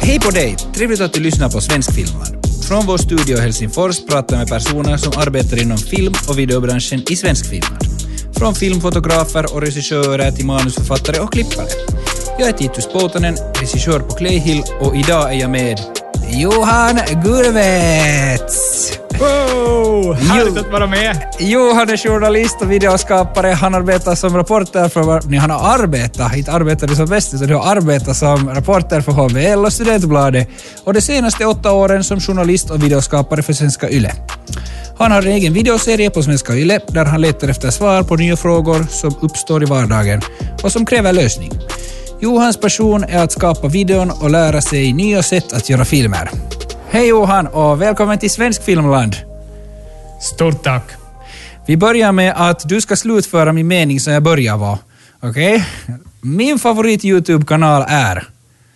Hej på dig! Trevligt att du lyssnar på Svensk Filmland. Från vår studio i Helsingfors pratar med personer som arbetar inom film- och videobranschen i Svensk Filmland. Från filmfotografer och regissörer till manusförfattare och klippare. Jag är Titus Poutanen, regissör på Clayhill, och idag är jag med Johan Gurvets! Wow! Härligt att vara med! Johan är journalist och videoskapare. Han arbetar som reporter för... Han har arbetat, inte arbetade som bäst, utan han har arbetat som reporter för HBL och Studentbladet. Och de senaste 8 åren som journalist och videoskapare för Svenska Yle. Han har en egen videoserie på Svenska Yle där han letar efter svar på nya frågor som uppstår i vardagen och som kräver lösning. Johans passion är att skapa videon och lära sig nya sätt att göra filmer. Hej Johan och välkommen till Svensk Filmland. Stort tack. Vi börjar med att du ska slutföra min mening som jag börjar vara. Okej? Min favorit YouTube-kanal är...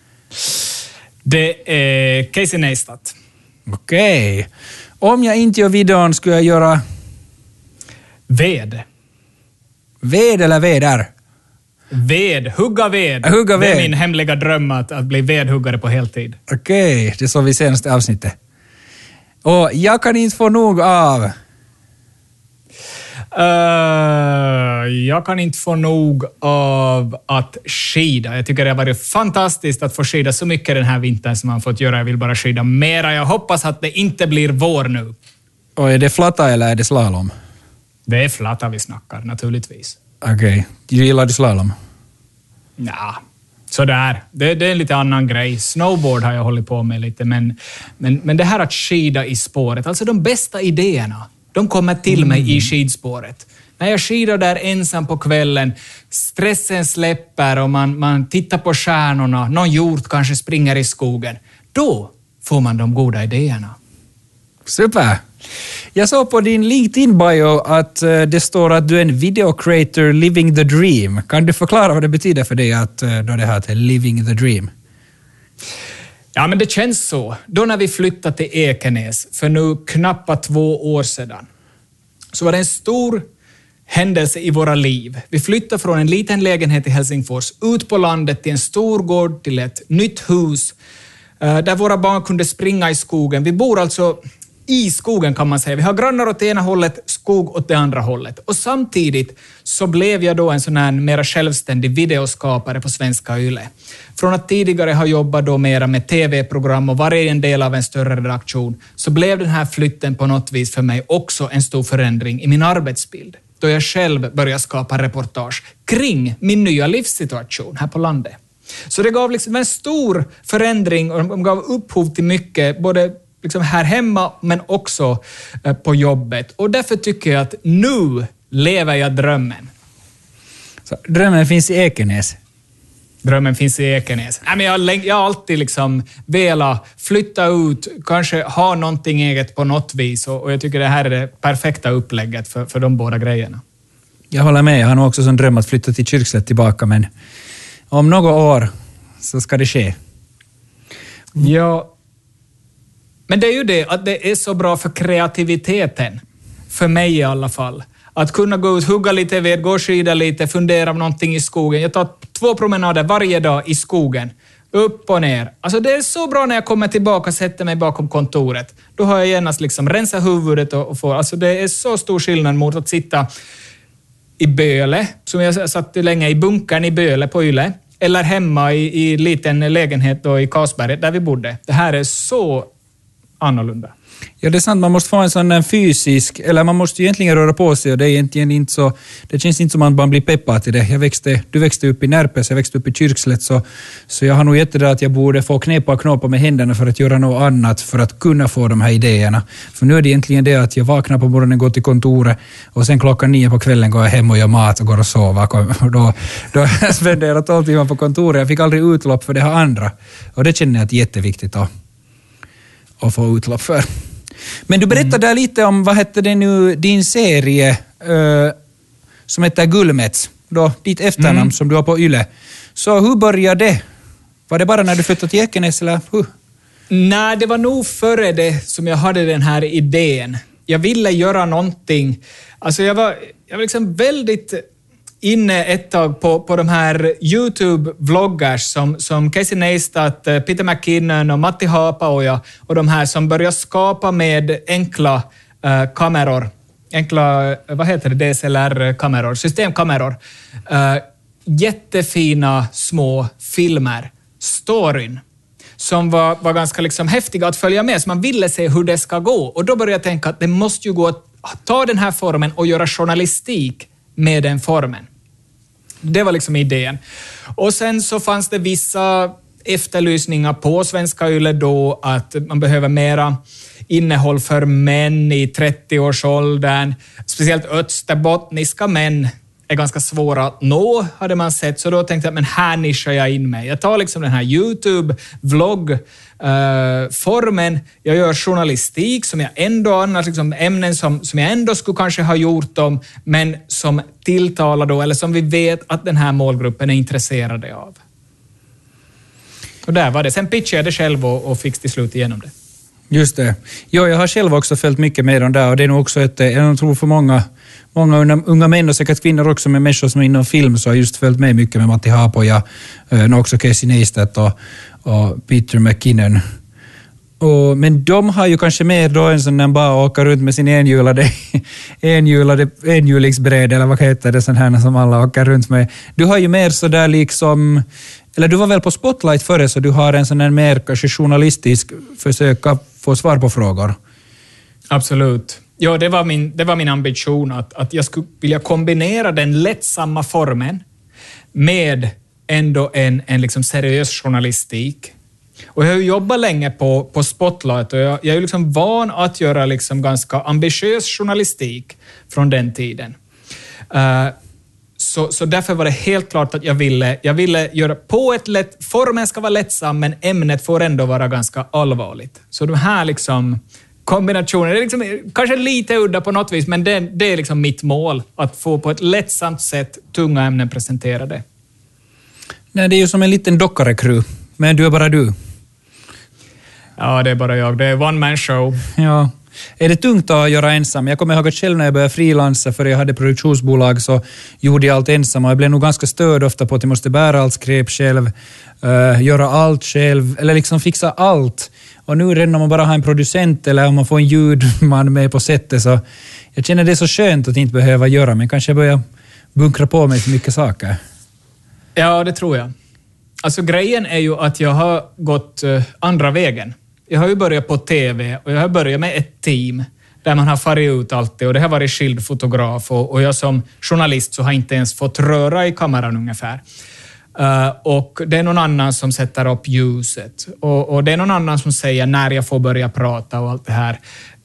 Det är Casey Neistat. Okej. Om jag inte gör videon skulle jag göra... Ved. Ved eller vedar? Ved. Hugga ved. Hugga ved. Det är min hemliga dröm att bli vedhuggare på heltid. Okej, det såg vi senaste avsnittet. Och jag kan inte få nog av... Jag kan inte få nog av att skida. Jag tycker det har varit fantastiskt att få skida så mycket den här vintern som man fått göra. Jag vill bara skida mera. Jag hoppas att det inte blir vår nu. Och är det flatta eller är det slalom? Det är flatta vi snackar, naturligtvis. Okej. Gillar du slalom? Ja, sådär. Det är en lite annan grej. Snowboard har jag hållit på med lite, men det här att skida i spåret, alltså de bästa idéerna, de kommer till mig i skidspåret. När jag skidar där ensam på kvällen, stressen släpper och man tittar på stjärnorna, någon hjort kanske springer i skogen, då får man de goda idéerna. Super! Jag såg på din LinkedIn-bio att det står att du är en video creator living the dream. Kan du förklara vad det betyder för dig att då det här till living the dream? Ja, men det känns så. Då när vi flyttade till Ekenäs för nu knappt 2 år sedan så var det en stor händelse i våra liv. Vi flyttade från en liten lägenhet i Helsingfors ut på landet till en stor gård, till ett nytt hus där våra barn kunde springa i skogen. Vi bor alltså i skogen kan man säga. Vi har grannar åt ena hållet, skog åt det andra hållet. Och samtidigt så blev jag då en sån här mera självständig videoskapare på Svenska Yle. Från att tidigare ha jobbat då mera med tv-program och varit en del av en större redaktion så blev den här flytten på något vis för mig också en stor förändring i min arbetsbild. Då jag själv började skapa reportage kring min nya livssituation här på landet. Så det gav liksom en stor förändring och de gav upphov till mycket, både liksom här hemma men också på jobbet. Och därför tycker jag att nu lever jag drömmen. Så, drömmen finns i Ekenäs? Drömmen finns i Ekenäs. Nej, men jag har alltid liksom velat flytta ut, kanske ha någonting eget på något vis. Och jag tycker det här är det perfekta upplägget för de båda grejerna. Jag håller med. Jag har nog också som dröm att flytta till Kyrkslätt tillbaka, men om några år så ska det ske. Ja. Men det är ju det, att det är så bra för kreativiteten. För mig i alla fall. Att kunna gå ut, hugga lite ved, gå och skida lite, fundera på någonting i skogen. Jag tar 2 promenader varje dag i skogen. Upp och ner. Alltså det är så bra när jag kommer tillbaka och sätter mig bakom kontoret. Då har jag genast liksom rensat huvudet och får... Alltså det är så stor skillnad mot att sitta i Böle, som jag satt länge i bunkern i Böle på Yle. Eller hemma i liten lägenhet då i Karlsberg där vi bodde. Det här är så annorlunda. Ja, det är sant. Man måste få en sån fysisk, eller man måste ju egentligen röra på sig och det är egentligen inte så, det känns inte som att man blir peppad till det. Du växte upp i Närpes, jag växte upp i Kyrkslätt, så jag har nog jättedär att jag borde få knepa och knåpa med händerna för att göra något annat för att kunna få de här idéerna. För nu är det egentligen det att jag vaknar på morgonen, går till kontoret och sen 9:00 på kvällen går jag hem och gör mat och går och sover. Och då spenderar jag 12 timmar på kontoret. Jag fick aldrig utlopp för det här andra. Och det känner jag att det är jätteviktigt att få utlopp för. Men du berättade där lite om, vad hette det nu, din serie som heter Gullmets, då ditt efternamn som du har på Yle. Så hur började det? Var det bara när du flyttade till Ekenäs eller hur? Nej, det var nog före det som jag hade den här idén. Jag ville göra någonting. Alltså jag var liksom väldigt inne ett tag på de här YouTube-vloggers som Casey Neistat, Peter McKinnon och Matti Haapaoja och de här som börjar skapa med enkla kameror. Enkla, vad heter det? DSLR-kameror, systemkameror. Jättefina små filmer. Storyn som var ganska liksom häftiga att följa med, så man ville se hur det ska gå. Och då började jag tänka att det måste ju gå att ta den här formen och göra journalistik med den formen. Det var liksom idén. Och sen så fanns det vissa efterlysningar på Svenska Yle då att man behöver mera innehåll för män i 30-årsåldern. Speciellt österbottniska män är ganska svåra att nå, hade man sett. Så då tänkte jag, men här nischar jag in mig. Jag tar liksom den här YouTube-vlogg-formen. Jag gör journalistik som jag ändå annars, liksom ämnen som jag ändå skulle kanske ha gjort dem, men som tilltalar då, eller som vi vet att den här målgruppen är intresserade av. Och där var det. Sen pitchade jag det själv och fick till slut igenom det. Just det. Ja, jag har själv också följt mycket med dem där, och det är nog också jag tror för många unga män och säkert kvinnor också med människor som är inom film, så har just följt med mycket med Matti Haapoja, också Casey Neistat och Peter McKinnon. Men de har ju kanske mer då en sån där bara åka runt med sin enhjulingsbräda, eller vad heter det, sån här som alla åker runt med. Du har ju mer så där liksom, eller du var väl på Spotlight före, så du har en sån här mer kanske journalistisk försök att få svar på frågor. Absolut. Ja, det var min ambition att jag skulle vilja kombinera den lättsamma formen med ändå en liksom seriös journalistik. Och jag har jobbat länge på Spotlight, och jag är liksom van att göra liksom ganska ambitiös journalistik från den tiden. Så därför var det helt klart att jag ville göra på ett lätt... Formen ska vara lättsam, men ämnet får ändå vara ganska allvarligt. Så de här liksom kombinationen, det är liksom kanske lite udda på något vis, men det är liksom mitt mål. Att få på ett lättsamt sätt tunga ämnen presenterade. Nej, det är ju som en liten dockarekru, men du är bara du. Ja, det är bara jag. Det är one man show. Ja. Är det tungt att göra ensam? Jag kommer ihåg att själv när jag började frilansa, för jag hade produktionsbolag, så gjorde jag allt ensam, och jag blev nog ganska störd ofta på att jag måste bära allt skräp själv, göra allt själv, eller liksom fixa allt. Och nu redan om man bara har en producent eller om man får en ljudman med på sättet, så jag känner det så skönt att inte behöva göra, men kanske börja bunkra på mig så mycket saker. Ja, det tror jag. Alltså grejen är ju att jag har gått andra vägen. Jag har ju börjat på TV, och jag har börjat med ett team där man har farit ut alltid, och det har varit skild fotograf, och jag som journalist så har inte ens fått röra i kameran ungefär. Och det är någon annan som sätter upp ljuset, och det är någon annan som säger när jag får börja prata och allt det här.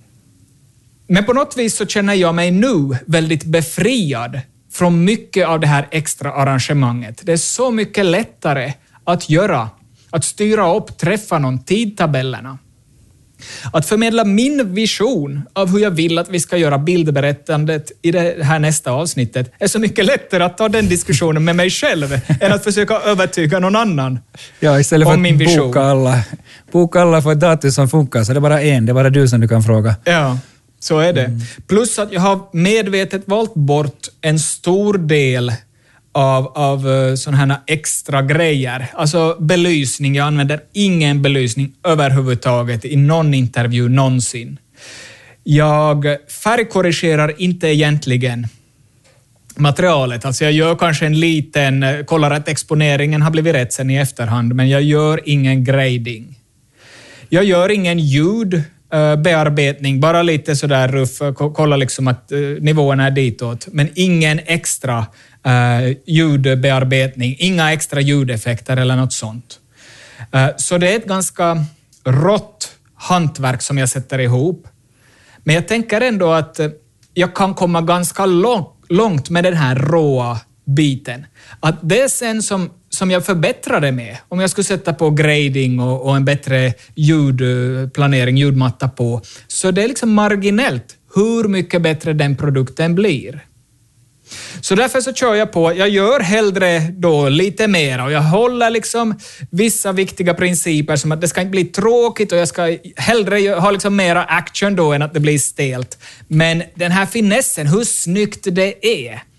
Men på något vis så känner jag mig nu väldigt befriad från mycket av det här extra arrangemanget. Det är så mycket lättare att göra, att styra upp, träffa någon, tidtabellerna. Att förmedla min vision av hur jag vill att vi ska göra bildberättandet i det här nästa avsnittet är så mycket lättare att ta den diskussionen med mig själv än att försöka övertyga någon annan. Ja, istället för att boka alla för ett datum som funkar, så det är bara det är bara du som du kan fråga. Ja, så är det. Plus att jag har medvetet valt bort en stor del av sådana här extra grejer. Alltså belysning. Jag använder ingen belysning överhuvudtaget i någon intervju någonsin. Jag färgkorrigerar inte egentligen materialet. Alltså jag gör kanske en liten, kollar att exponeringen har blivit rätt sen i efterhand, men jag gör ingen grading. Jag gör ingen ljudbearbetning, bara lite sådär ruff, kolla liksom att nivåerna är ditåt, men ingen extra ljudbearbetning, inga extra ljudeffekter eller något sånt. Så det är ett ganska rått hantverk som jag sätter ihop. Men jag tänker ändå att jag kan komma ganska långt med den här råa biten. Att det är sen som jag förbättrar det med. Om jag skulle sätta på grading och en bättre ljudplanering, ljudmatta på. Så det är liksom marginellt hur mycket bättre den produkten blir. Så därför så kör jag på. Jag gör hellre då lite mer, och jag håller liksom vissa viktiga principer som att det ska inte bli tråkigt, och jag ska hellre ha liksom mera action då än att det blir stelt. Men den här finessen, hur snyggt det är,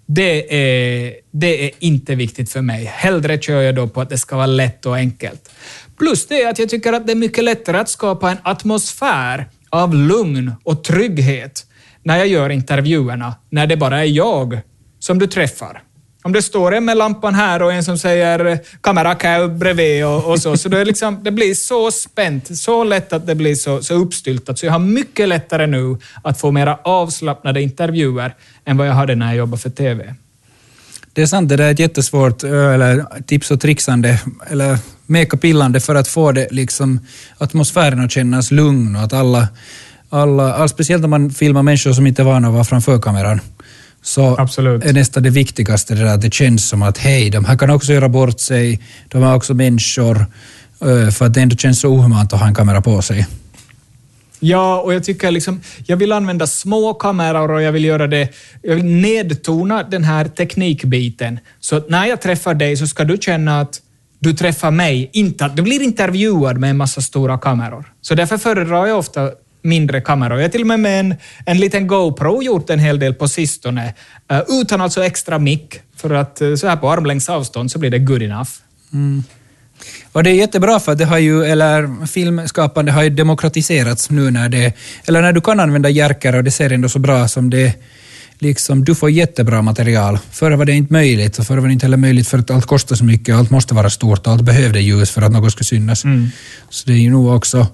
det är inte viktigt för mig. Hellre kör jag då på att det ska vara lätt och enkelt. Plus det att jag tycker att det är mycket lättare att skapa en atmosfär av lugn och trygghet när jag gör intervjuerna, när det bara är jag som du träffar. Om det står en med lampan här och en som säger kamera bredvid och så då är liksom, det blir så spänt, så lätt att det blir så uppstyltat. Så jag har mycket lättare nu att få mera avslappnade intervjuer än vad jag hade när jag jobbade för TV. Det är sant, det där är ett jättesvårt eller tips och trixande eller make-up-pillande för att få det liksom atmosfären att kännas lugn och att alla speciellt om man filmar människor som inte är vana att vara framför kameran. Så absolut. Är nästan det viktigaste det där att det känns som att hej, de här kan också göra bort sig, de är också människor, för att det ändå känns så ohumant att ha en kamera på sig. Ja, och jag tycker liksom, jag vill använda små kameror och jag vill nedtona den här teknikbiten. Så att när jag träffar dig så ska du känna att du träffar mig, inte att du blir intervjuad med en massa stora kameror. Så därför föredrar jag ofta mindre kameror. Jag har till och med en liten GoPro gjort en hel del på sistone. Utan alltså extra mick. För att så här på armlängds avstånd så blir det good enough. Mm. Och det är jättebra för att det har ju, eller filmskapande har ju demokratiserats nu när du kan använda järkar och det ser ändå så bra som det liksom, du får jättebra material. Förr var det inte möjligt och förr var det inte heller möjligt för att allt kostar så mycket och allt måste vara stort och allt behövde ljus för att något skulle synas. Mm. Så det är ju nog också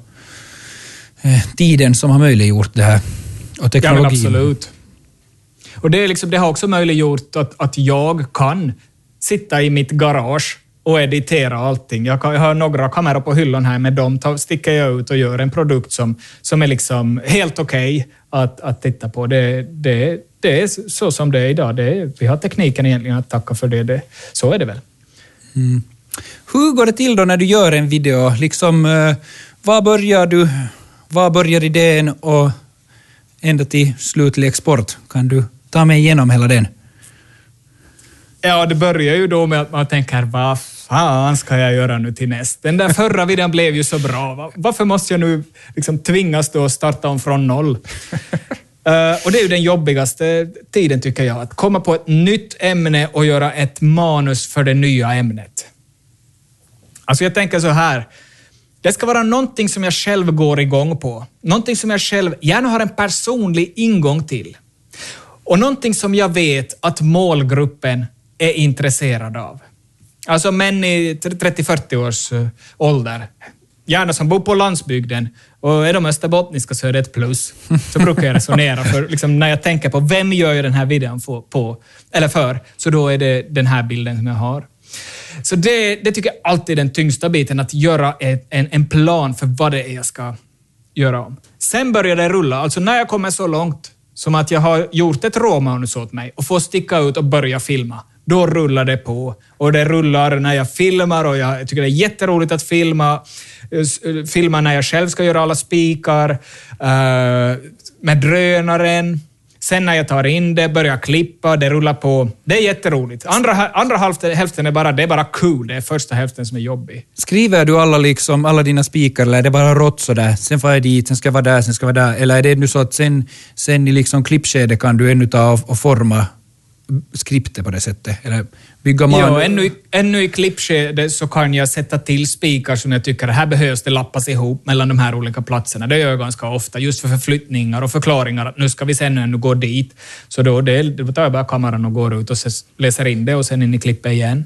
tiden som har möjliggjort det här och teknologin. Ja, absolut. Och det, är liksom, det har också möjliggjort att jag kan sitta i mitt garage och editera allting. Jag har några kameror på hyllan här, med dem sticker jag ut och gör en produkt som är liksom helt okej att titta på. Det är så som det är idag. Vi har tekniken egentligen att tacka för det. Så är det väl. Mm. Hur går det till då när du gör en video? Liksom, var börjar idén och ända till slutlig export? Kan du ta mig igenom hela den? Ja, det börjar ju då med att man tänker, vad fan ska jag göra nu till näst? Den där förra videon blev ju så bra. Varför måste jag nu liksom tvingas då starta om från noll? Och det är ju den jobbigaste tiden tycker jag. Att komma på ett nytt ämne och göra ett manus för det nya ämnet. Alltså jag tänker så här. Det ska vara någonting som jag själv går igång på. Någonting som jag själv gärna har en personlig ingång till. Och någonting som jag vet att målgruppen är intresserad av. Alltså män i 30-40 års ålder. Gärna som bor på landsbygden. Och är de österbottniska så är det ett plus. Så brukar jag resonera. För liksom, när jag tänker på vem gör jag den här videon för. Så då är det den här bilden som jag har. Så det tycker jag alltid är den tyngsta biten. Att göra en plan för vad det är jag ska göra om. Sen börjar det rulla. Alltså när jag kommer så långt som att jag har gjort ett råmanus åt mig och får sticka ut och börja filma. Då rullar det på. Och det rullar när jag filmar och jag tycker det är jätteroligt att filma när jag själv ska göra alla spikar med drönaren. Sen när jag tar in det, börjar klippa, det rullar på. Det är jätteroligt. Andra hälften är bara cool. Det är första hälften som är jobbig. Skriver du alla dina spikar eller är det bara rått sådär? Sen får jag dit, sen ska jag vara där. Eller är det nu så att sen i liksom klippskedet kan du ännu ta och forma skriptet på det sättet? Eller bygga Ja, ännu i klippskedet så kan jag sätta till spikar som jag tycker här behövs det lappas ihop mellan de här olika platserna. Det gör jag ganska ofta just för förflyttningar och förklaringar att nu ska vi sen ännu gå dit. Så då tar jag bara kameran och går ut och läser in det och sen in i klippet igen.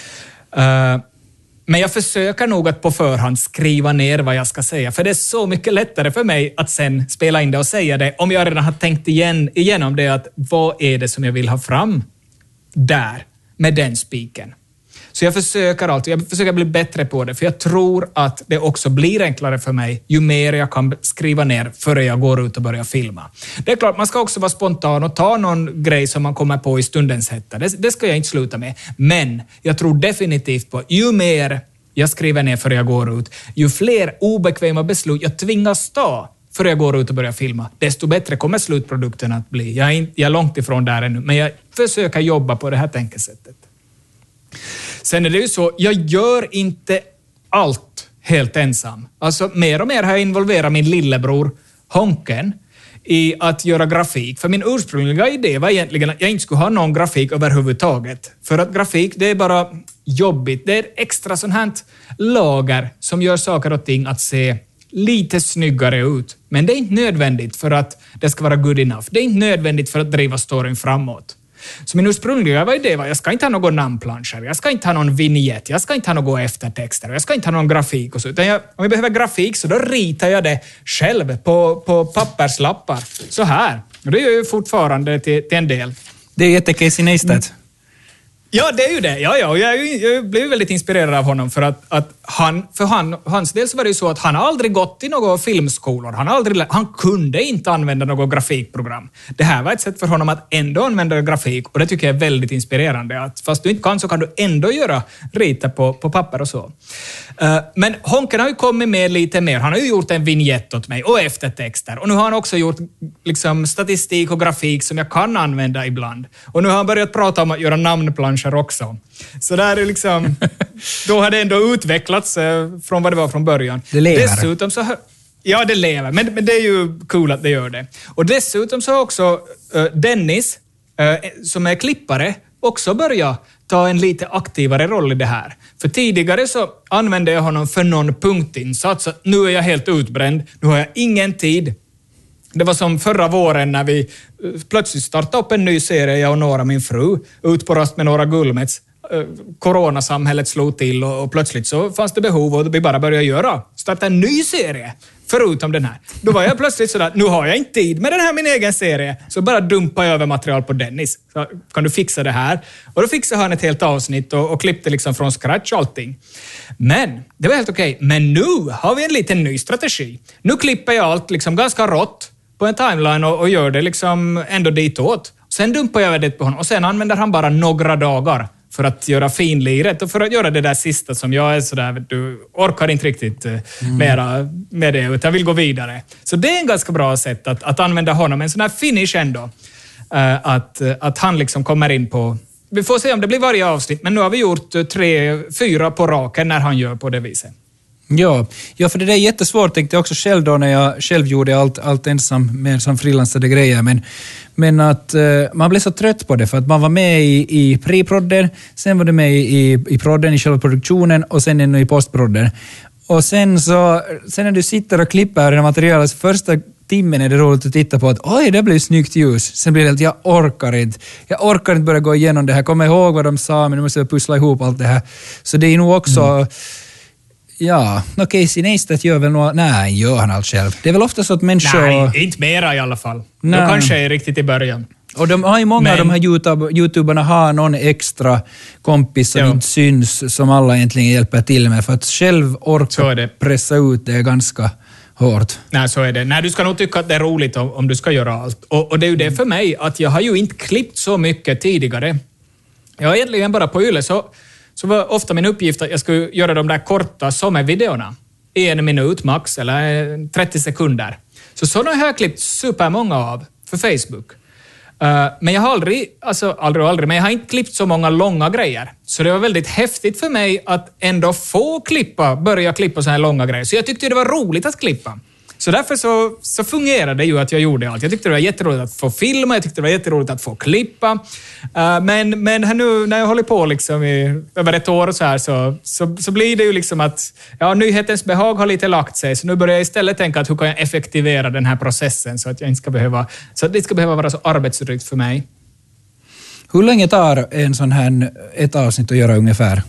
Men jag försöker nog att på förhand skriva ner vad jag ska säga. För det är så mycket lättare för mig att sen spela in det och säga det. Om jag redan har tänkt igenom det att vad är det som jag vill ha fram där med den spiken. Så jag försöker bli bättre på det. För jag tror att det också blir enklare för mig ju mer jag kan skriva ner före jag går ut och börjar filma. Det är klart, man ska också vara spontan och ta någon grej som man kommer på i stundens hetta. Det ska jag inte sluta med. Men jag tror definitivt på ju mer jag skriver ner före jag går ut, ju fler obekväma beslut jag tvingas ta före jag går ut och börjar filma, desto bättre kommer slutprodukten att bli. Jag är långt ifrån där ännu, men jag försöker jobba på det här tänkesättet. Sen är det ju så, jag gör inte allt helt ensam. Alltså mer och mer har jag involverat min lillebror Honken i att göra grafik. För min ursprungliga idé var egentligen att jag inte skulle ha någon grafik överhuvudtaget. För att grafik, det är bara jobbigt. Det är ett extra sånt här lager som gör saker och ting att se lite snyggare ut. Men det är inte nödvändigt för att det ska vara good enough. Det är inte nödvändigt för att driva storyn framåt. Så min ursprungliga idé var, jag ska inte ha någon namnplanscher, jag ska inte ha någon vignett, jag ska inte ha några eftertexter, jag ska inte ha någon grafik och så. Utan om jag behöver grafik så då ritar jag det själv på papperslappar. Så här. Och det är ju fortfarande till en del. Det är jätte-Casey Neistat. Ja, det är ju det. Ja, jag blev väldigt inspirerad av honom för att hans del så var det ju så att han har aldrig gått i några filmskolor. Han kunde inte använda något grafikprogram. Det här var ett sätt för honom att ändå använda grafik och det tycker jag är väldigt inspirerande. Att fast du inte kan så kan du ändå rita på papper och så. Men Honken har ju kommit med lite mer. Han har ju gjort en vignett åt mig och eftertexter. Och nu har han också gjort liksom statistik och grafik som jag kan använda ibland. Och nu har han börjat prata om att göra namnplanscher också. Så där är liksom... Då har det ändå utvecklats från vad det var från början. Det lever. Dessutom så... Ja, det lever. Men det är ju cool att det gör det. Och dessutom så har också Dennis, som är klippare, också börjat ta en lite aktivare roll i det här. För tidigare så använde jag honom för någon punktinsats. Så nu är jag helt utbränd. Nu har jag ingen tid. Det var som förra våren när vi plötsligt startade upp en ny serie, jag och Nora, min fru, ut på rast med några Gullmets. Coronasamhället slog till och plötsligt så fanns det behov och vi bara började starta en ny serie förutom den här. Då var jag plötsligt sådär, nu har jag inte tid med den här min egen serie. Så bara dumpar jag över material på Dennis. Så kan du fixa det här? Och då fixade han ett helt avsnitt och klippte liksom från scratch allting. Men det var helt okej. Men nu har vi en liten ny strategi. Nu klipper jag allt liksom ganska rått på en timeline och gör det liksom ändå ditåt. Sen dumpar jag det på honom och sen använder han bara några dagar för att göra finliret och för att göra det där sista som jag är sådär, du orkar inte riktigt mera med det utan vill gå vidare. Så det är en ganska bra sätt att använda honom, en sån här finish ändå. Att han liksom kommer in på... Vi får se om det blir varje avsnitt, men nu har vi gjort 3-4 på raken när han gör på det viset. Ja, för det där är jättesvårt tänkte jag också själv då när jag själv gjorde allt ensam med som frilansade grejer. Men att man blev så trött på det för att man var med i pre-prodden, sen var du med i prodden, i själva produktionen och sen ännu i postprodden. Och sen när du sitter och klipper det materialet, så första timmen är det roligt att titta på att oj, det blev snyggt ljus. Sen blir det helt, jag orkar inte börja gå igenom det här. Kommer ihåg vad de sa, men nu måste jag pussla ihop allt det här. Så det är nog också... Ja, Casey Neistat gör väl något... Nej, gör han allt själv. Det är väl ofta så att människor... Nej, inte mera i alla fall. Nej. Då kanske är riktigt i början. Och de har ju många av de här YouTuberna har någon extra kompis som inte syns, som alla egentligen hjälper till med. För att själv orka pressa ut det är ganska hårt. Nej, så är det. Nej, du ska nog tycka att det är roligt om du ska göra allt. Och det är ju det för mig, att jag har ju inte klippt så mycket tidigare. Jag har egentligen bara på Yle så var ofta min uppgift att jag skulle göra de där korta sommarvideorna. 1 minut max, eller 30 sekunder. Så sådana har jag klippt supermånga av för Facebook. Men jag har aldrig, men jag har inte klippt så många långa grejer. Så det var väldigt häftigt för mig att ändå få börja klippa så här långa grejer. Så jag tyckte det var roligt att klippa. Så därför så fungerade det ju att jag gjorde allt. Jag tyckte det var jätteroligt att få filma, jag tyckte det var jätteroligt att få klippa. Men nu när jag håller på liksom över ett år och så här så blir det ju liksom att nyhetens behag har lite lagt sig. Så nu börjar jag istället tänka att hur kan jag effektivera den här processen så att det inte ska behöva vara så arbetsryckt för mig. Hur länge tar ett avsnitt att göra ungefär?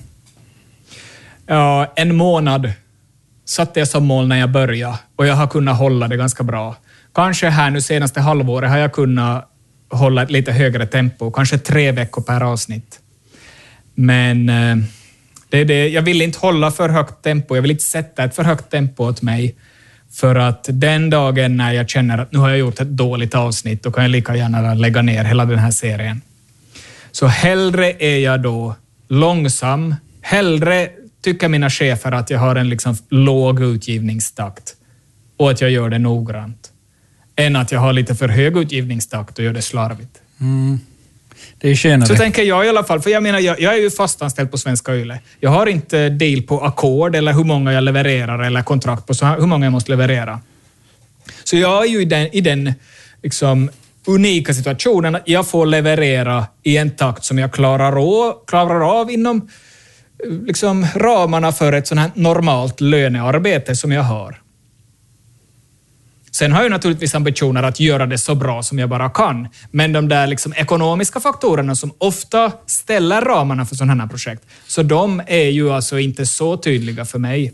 Ja, 1 månad. Satte jag som mål när jag började och jag har kunnat hålla det ganska bra. Kanske här nu senaste halvåret har jag kunnat hålla ett lite högre tempo, kanske 3 veckor per avsnitt. Men det är det. Jag vill inte hålla för högt tempo, jag vill inte sätta ett för högt tempo åt mig för att den dagen när jag känner att nu har jag gjort ett dåligt avsnitt då kan jag lika gärna lägga ner hela den här serien. Så hellre är jag då långsam, hellre tycker mina chefer att jag har en liksom låg utgivningstakt och att jag gör det noggrant än att jag har lite för hög utgivningstakt och gör det slarvigt. Det är skönare. Så tänker jag i alla fall, för jag menar, jag är ju fastanställd på Svenska Yle. Jag har inte deal på ackord eller hur många jag levererar eller kontrakt på hur många jag måste leverera. Så jag är ju i den liksom unika situationen att jag får leverera i en takt som jag klarar av inom liksom ramarna för ett sånt här normalt lönearbete som jag har. Sen har jag naturligtvis ambitioner att göra det så bra som jag bara kan. Men de där liksom ekonomiska faktorerna som ofta ställer ramarna för sådana här projekt, så de är ju alltså inte så tydliga för mig.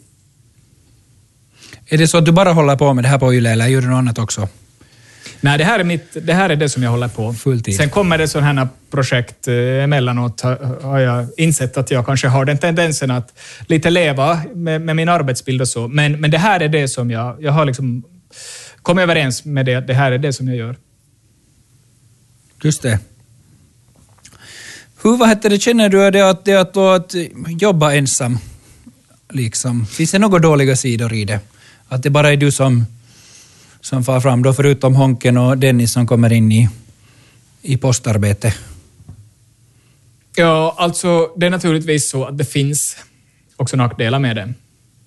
Är det så att du bara håller på med det här på Yle eller gör du något annat också? Nej, det här är det som jag håller på. Fulltid. Sen kommer det sådana här projekt emellanåt, har jag insett att jag kanske har den tendensen att lite leva med min arbetsbild och så. Men det här är det som jag har liksom kommit överens med det här är det som jag gör. Just det. Hur känner du att jobba ensam? Liksom? Finns det några dåliga sidor i det? Att det bara är du som far fram då, förutom Honken och Dennis som kommer in i postarbete? Ja, alltså det är naturligtvis så att det finns också nackdelar med det.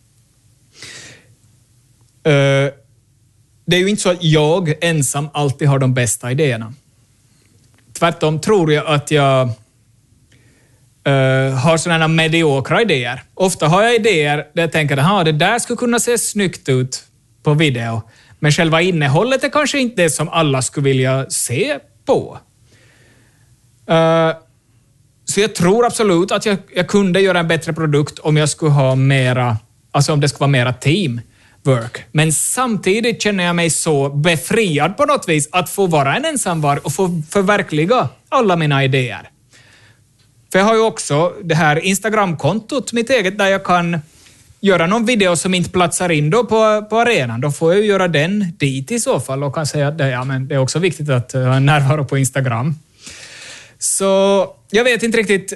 Det är ju inte så att jag ensam alltid har de bästa idéerna. Tvärtom tror jag att jag har sådana mediokra idéer. Ofta har jag idéer där jag tänker att det där skulle kunna se snyggt ut på video. Men själva innehållet är kanske inte det som alla skulle vilja se på. Så jag tror absolut att jag kunde göra en bättre produkt om jag skulle ha mera, alltså om det skulle vara mera teamwork. Men samtidigt känner jag mig så befriad på något vis att få vara en ensamvarg och få förverkliga alla mina idéer. För jag har ju också det här Instagram-kontot, mitt eget, där jag kan göra någon video som inte platsar in då på arenan. Då får jag göra den dit i så fall och kan säga att det är också viktigt att ha en närvaro på Instagram. Så jag vet inte riktigt.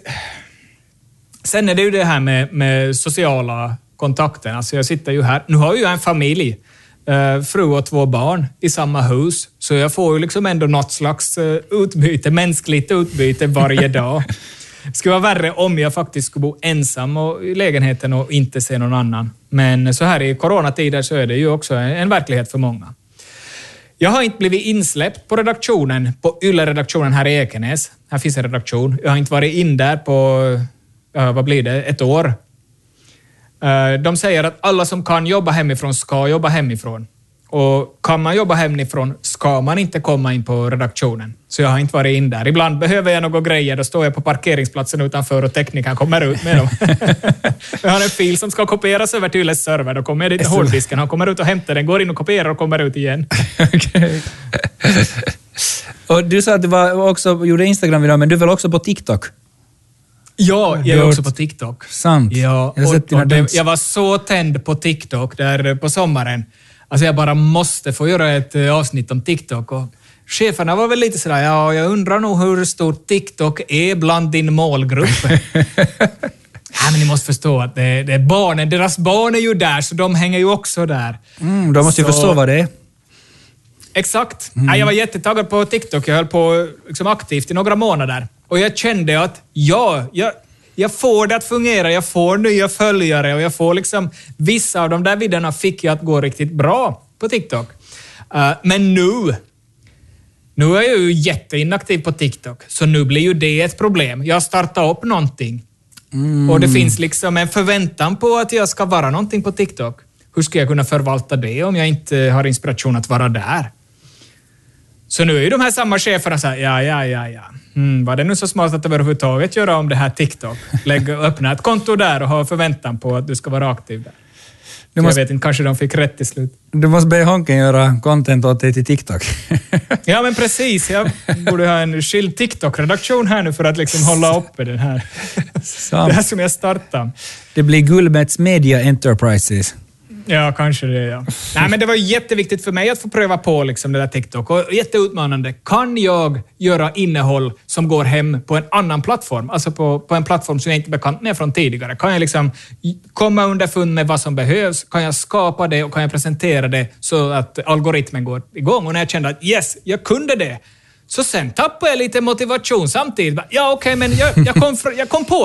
Sen är det ju det här med sociala kontakter. Alltså jag sitter ju här. Nu har jag en familj, fru och 2 barn i samma hus. Så jag får ju liksom ändå något slags utbyte, mänskligt utbyte varje dag. Det skulle vara värre om jag faktiskt skulle bo ensam i lägenheten och inte se någon annan. Men så här i coronatider så är det ju också en verklighet för många. Jag har inte blivit insläppt på redaktionen, på Yle-redaktionen här i Ekenäs. Här finns en redaktion. Jag har inte varit in där på, vad blir det, 1 år. De säger att alla som kan jobba hemifrån ska jobba hemifrån. Och kan man jobba hemifrån ska man inte komma in på redaktionen. Så jag har inte varit in där. Ibland behöver jag några grejer. Då står jag på parkeringsplatsen utanför och teknikern kommer ut med dem. Jag har en fil som ska kopieras över till Yles server. Då kommer jag dit till hårddisken. Han kommer ut och hämtar den. Går in och kopierar och kommer ut igen. Okej. Och du sa att du gjorde Instagram-video, men du är väl också på TikTok? Ja, jag är också på TikTok. Sant. Ja, jag var så tänd på TikTok där på sommaren. Alltså jag bara måste få göra ett avsnitt om TikTok. Och cheferna var väl lite sådär, jag undrar nog hur stor TikTok är bland din målgrupp. Men ni måste förstå att det är barnen, deras barn är ju där, så de hänger ju också där. De måste ju förstå vad det är. Exakt. Jag var jättetaggad på TikTok. Jag höll på liksom aktivt i några månader. Och jag kände att jag får det att fungera. Jag får nya följare och jag får liksom vissa av de där videorna fick jag att gå riktigt bra på TikTok. Men nu är jag ju jätteinaktiv på TikTok. Så nu blir ju det ett problem. Jag startar upp någonting. Och det finns liksom en förväntan på att jag ska vara någonting på TikTok. Hur ska jag kunna förvalta det om jag inte har inspiration att vara där? Så nu är ju de här samma cheferna så här, var det nu så smart att överhuvudtaget göra om det här TikTok? Öppna ett konto där och ha förväntan på att du ska vara aktiv där. Jag vet inte, kanske de fick rätt i slut. Du måste be Honken göra content åt dig till TikTok. Ja, men precis. Jag borde ha en skild TikTok-redaktion här nu för att liksom hålla uppe den här. Det här som jag startar. Det blir Gullmets Media Enterprises. Ja, kanske det, ja. Nej, men det var jätteviktigt för mig att få pröva på liksom det där TikTok. Och jätteutmanande. Kan jag göra innehåll som går hem på en annan plattform? Alltså på en plattform som jag inte är bekant med från tidigare. Kan jag liksom komma underfund med vad som behövs? Kan jag skapa det och kan jag presentera det så att algoritmen går igång? Och när jag kände att yes, jag kunde det. Så sen tappade jag lite motivation samtidigt. Ja, okej, men jag kom på det.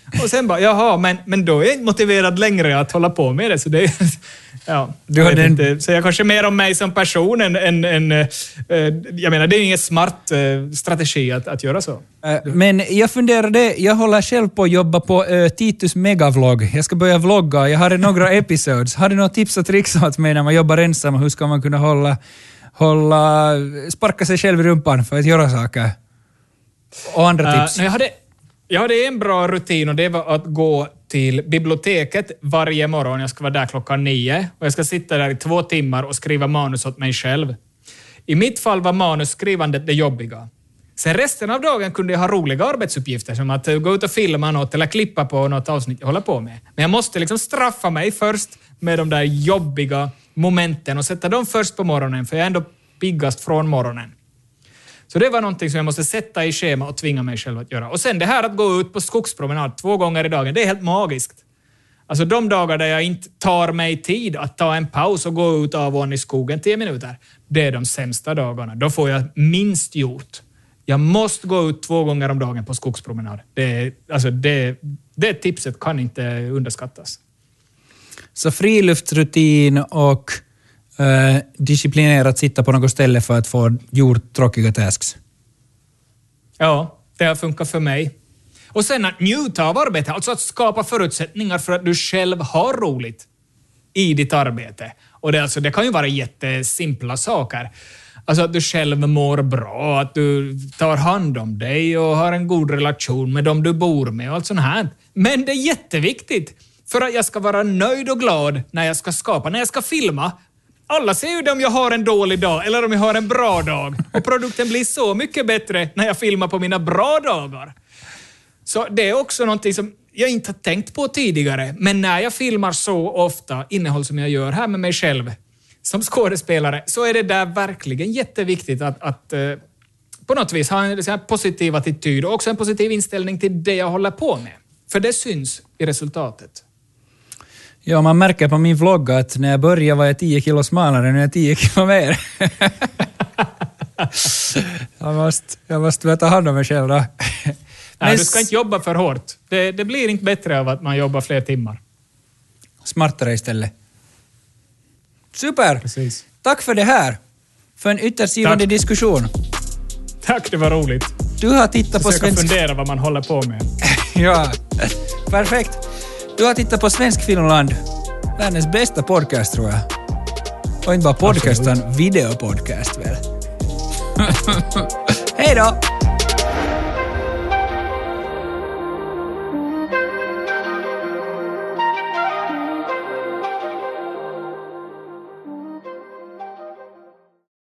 Och sen bara, jaha, men då är jag inte motiverad längre att hålla på med det. Så det är, ja, så jag kanske mer om mig som person än jag menar, det är ju ingen smart strategi att göra så. Men jag funderade, jag håller själv på att jobba på Titus Megavlogg. Jag ska börja vlogga, jag har några episodes. Har du några tips och tricks åt mig när man jobbar ensam? Hur ska man kunna sparka sig själv i rumpan för att göra saker? Och andra tips? Jag hade en bra rutin och det var att gå till biblioteket varje morgon. Jag ska vara där 9:00 och jag ska sitta där i 2 timmar och skriva manus åt mig själv. I mitt fall var manusskrivandet det jobbiga. Sen resten av dagen kunde jag ha roliga arbetsuppgifter som att gå ut och filma något eller klippa på något avsnitt jag håller på med. Men jag måste liksom straffa mig först med de där jobbiga momenten och sätta dem först på morgonen, för jag är ändå piggast från morgonen. Så det var någonting som jag måste sätta i schema och tvinga mig själv att göra. Och sen det här att gå ut på skogspromenad 2 gånger i dagen, det är helt magiskt. Alltså de dagar där jag inte tar mig tid att ta en paus och gå ut av och i skogen 10 minuter, det är de sämsta dagarna. Då får jag minst gjort. Jag måste gå ut 2 gånger om dagen på skogspromenad. Det tipset kan inte underskattas. Så friluftsrutin och disciplinerat sitta på något ställe för att få gjort tråkiga tasks. Ja, det har funkat för mig. Och sen att njuta av arbete, alltså att skapa förutsättningar för att du själv har roligt i ditt arbete. Och det kan ju vara jättesimpla saker. Alltså att du själv mår bra, att du tar hand om dig och har en god relation med dem du bor med och allt sånt här. Men det är jätteviktigt för att jag ska vara nöjd och glad när jag ska skapa, när jag ska filma. Alla ser ju om jag har en dålig dag eller om jag har en bra dag. Och produkten blir så mycket bättre när jag filmar på mina bra dagar. Så det är också någonting som jag inte har tänkt på tidigare. Men när jag filmar så ofta innehåll som jag gör här med mig själv som skådespelare, så är det där verkligen jätteviktigt att på något vis ha en positiv attityd och också en positiv inställning till det jag håller på med. För det syns i resultatet. Ja, man märker på min vlogg att när jag började var jag 10 kilo smalare, nu är jag 10 kilo mer. jag måste börja ta hand om mig själv då. Nej, du ska inte jobba för hårt. Det blir inte bättre av att man jobbar fler timmar. Smartare istället. Super! Precis. Tack för det här. För en ytterst givande diskussion. Tack, det var roligt. Du har tittat på svensk... fundera vad man håller på med. Ja, perfekt. Du har tittat på Svensk Filmland. Världens bästa podcast, tror jag. Och inte bara podcast, utan videopodcast väl. Hej då!